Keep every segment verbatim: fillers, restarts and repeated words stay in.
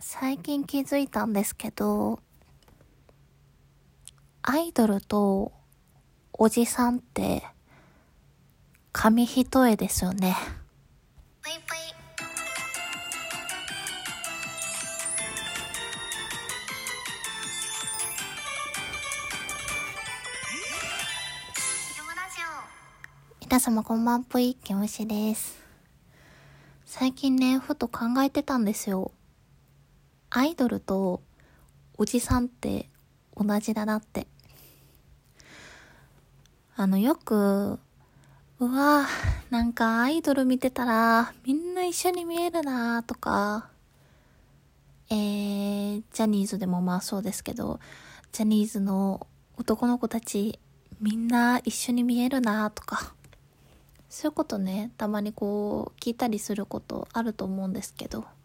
最近気づいたんですけど、アイドルとおじさんって紙一重ですよね。ぷいぷい。皆様こんばんぷい、けむしです。最近ね、ふと考えてたんですよ。アイドルとおじさんって同じだなって。あの、よく、うわぁ、なんかアイドル見てたらみんな一緒に見えるなとか、えー、ジャニーズでもまあそうですけど、ジャニーズの男の子たちみんな一緒に見えるなとか、そういうことね、たまにこう聞いたりすることあると思うんですけど、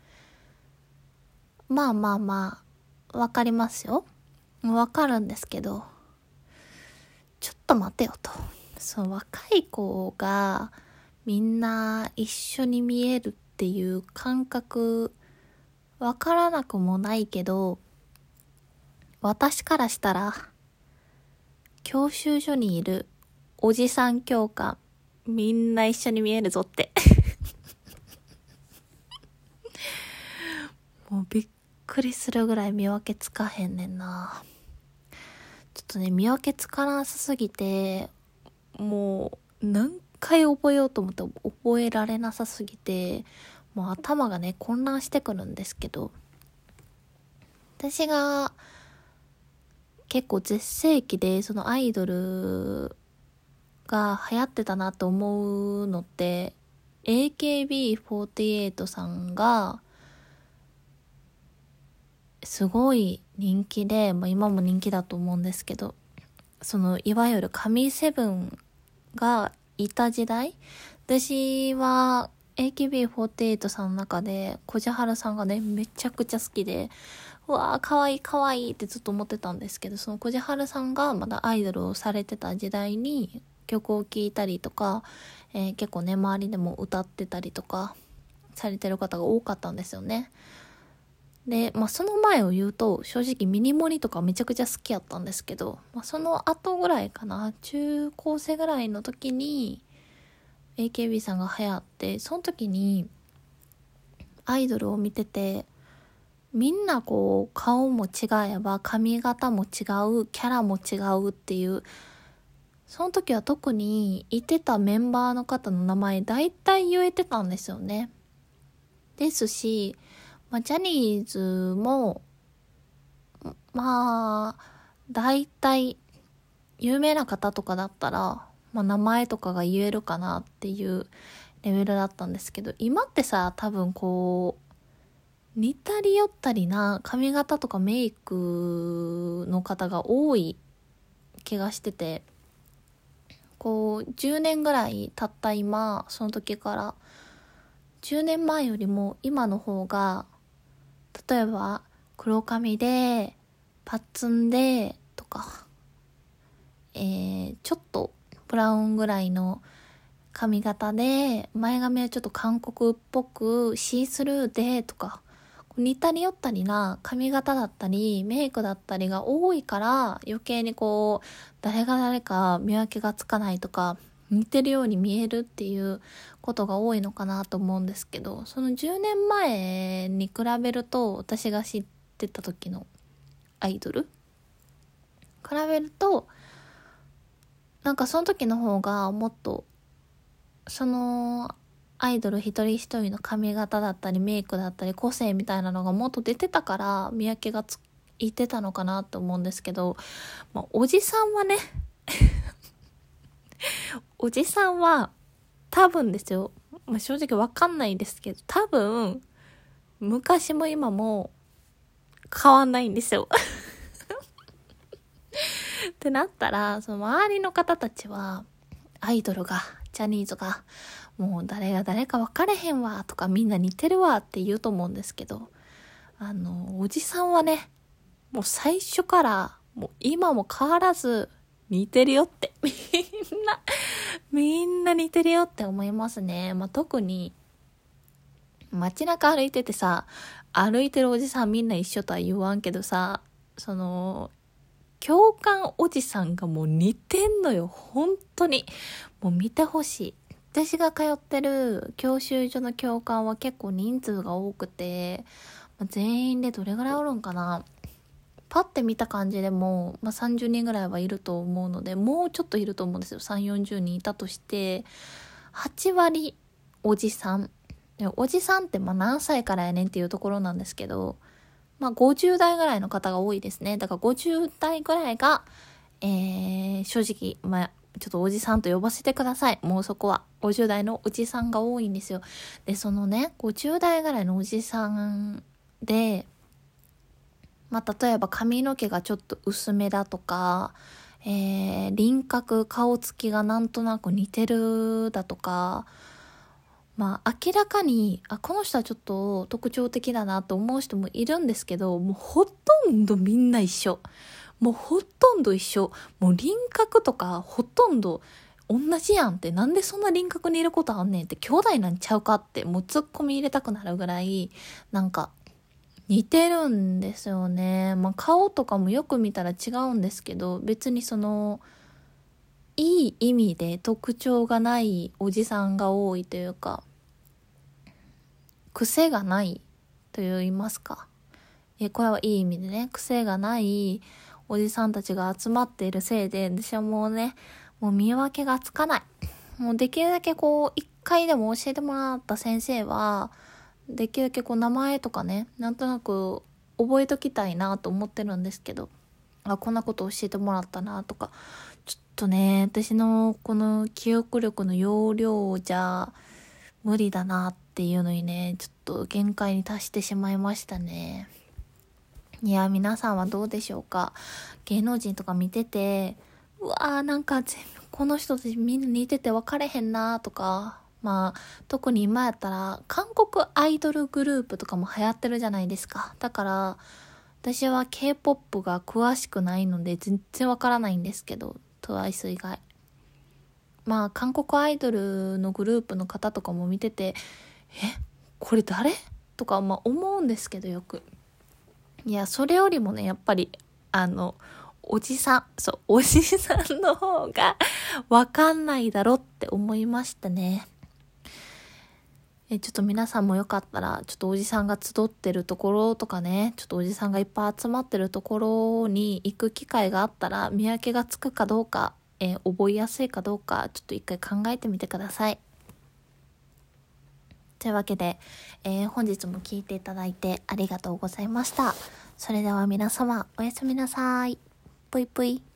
まあまあまあわかりますよ。わかるんですけど、ちょっと待てよと。その若い子がみんな一緒に見えるっていう感覚わからなくもないけど、私からしたら教習所にいるおじさん教官みんな一緒に見えるぞってもうびっくりするぐらい見分けつかへんねんな。ちょっとね、見分けつかなさすぎて、もう何回覚えようと思って覚えられなさすぎて、もう頭がね混乱してくるんですけど、私が結構絶世紀でそのアイドルが流行ってたなと思うのって エーケービーフォーティーエイト さんがすごい人気で、まあ、今も人気だと思うんですけど、そのいわゆる神セブンがいた時代、私は エーケービーフォーティーエイト さんの中でこじはるさんがねめちゃくちゃ好きで、うわーかわいいかわいいってずっと思ってたんですけど、そのこじはるさんがまだアイドルをされてた時代に曲を聴いたりとか、えー、結構ね周りでも歌ってたりとかされてる方が多かったんですよね。で、まあその前を言うと正直ミニモニとかめちゃくちゃ好きやったんですけど、まあ、その後ぐらいかな、中高生ぐらいの時に エーケービー さんが流行って、その時にアイドルを見てて、みんなこう顔も違えば髪型も違う、キャラも違うっていう、その時は特にいてたメンバーの方の名前大体言えてたんですよね。ですし、まあ、ジャニーズもまあ大体有名な方とかだったら、まあ、名前とかが言えるかなっていうレベルだったんですけど、今ってさ多分こう似たり寄ったりな髪型とかメイクの方が多い気がしてて、こうじゅうねんぐらい経った今、その時からじゅうねんまえよりも今の方が、例えば黒髪でパッツンでとか、えー、ちょっとブラウンぐらいの髪型で、前髪はちょっと韓国っぽくシースルーでとか、似たり寄ったりな髪型だったりメイクだったりが多いから、余計にこう誰が誰か見分けがつかないとか、似てるように見えるっていうことが多いのかなと思うんですけど、そのじゅうねんまえに比べると、私が知ってた時のアイドル比べると、なんかその時の方がもっとそのアイドル一人一人の髪型だったりメイクだったり個性みたいなのがもっと出てたから見分けがついてたのかなと思うんですけど、まあ、おじさんはねおじさんは多分ですよ、まあ、正直わかんないですけど、多分昔も今も変わんないんですよってなったら、その周りの方たちはアイドルがジャニーズがもう誰が誰か分かれへんわとか、みんな似てるわって言うと思うんですけど、あのおじさんはね、もう最初からもう今も変わらず似てるよって、みんなみんな似てるよって思いますね。まあ、特に街中歩いててさ、歩いてるおじさんみんな一緒とは言わんけどさ、その共感おじさんがもう似てんのよ、本当に。もう見てほしい。私が通ってる教習所の教官は結構人数が多くて、まあ、全員でどれぐらいおるんかな、パッて見た感じでも、まあ、さんじゅうにんぐらいはいると思うので、もうちょっといると思うんですよ。さんじゅう、よんじゅうにんいたとしてはち割おじさんで、おじさんってまあ何歳からやねんっていうところなんですけど、まあごじゅう代ぐらいの方が多いですね。だからごじゅう代ぐらいが、えー、正直、まあちょっとおじさんと呼ばせてください。もうそこはごじゅう代のおじさんが多いんですよ。で、そのね、ごじゅう代ぐらいのおじさんで、まあ例えば髪の毛がちょっと薄めだとか、えー、輪郭、顔つきがなんとなく似てるだとか、まあ明らかに、あ、この人はちょっと特徴的だなと思う人もいるんですけど、もうほとんどみんな一緒。もうほとんど一緒。もう輪郭とかほとんど同じやんって、なんでそんな輪郭にいることあんねんって、兄弟なんちゃうかって、もうツッコミ入れたくなるぐらい、なんか似てるんですよね。まあ顔とかもよく見たら違うんですけど、別にその、いい意味で特徴がないおじさんが多いというか、癖がないと言いますか。え、これはいい意味でね、癖がないおじさんたちが集まっているせいで、私はもうね、もう見分けがつかない。もうできるだけこう、一回でも教えてもらった先生は、できるだけこう名前とかね、なんとなく覚えときたいなと思ってるんですけど、あ、こんなこと教えてもらったなとか、ちょっとね、私のこの記憶力の容量じゃ無理だなっていうのにね、ちょっと限界に達してしまいましたね。いや、皆さんはどうでしょうか。芸能人とか見てて、うわーなんか全部この人たちみんな似てて分かれへんなとか、まあ特に今やったら韓国アイドルグループとかも流行ってるじゃないですか。だから私は K-ポップ が詳しくないので全然わからないんですけど、トゥワイス 以外。まあ韓国アイドルのグループの方とかも見てて、え、これ誰とかまあ思うんですけど、よく。いや、それよりもね、やっぱりあのおじさん、そう、おじさんの方がわかんないだろって思いましたね。え、ちょっと皆さんもよかったら、ちょっとおじさんが集ってるところとかね、ちょっとおじさんがいっぱい集まってるところに行く機会があったら、見分けがつくかどうか、えー覚えやすいかどうか、ちょっと一回考えてみてください。というわけで、えー本日も聞いていただいてありがとうございました。それでは皆様、おやすみなさい。ぷいぷい。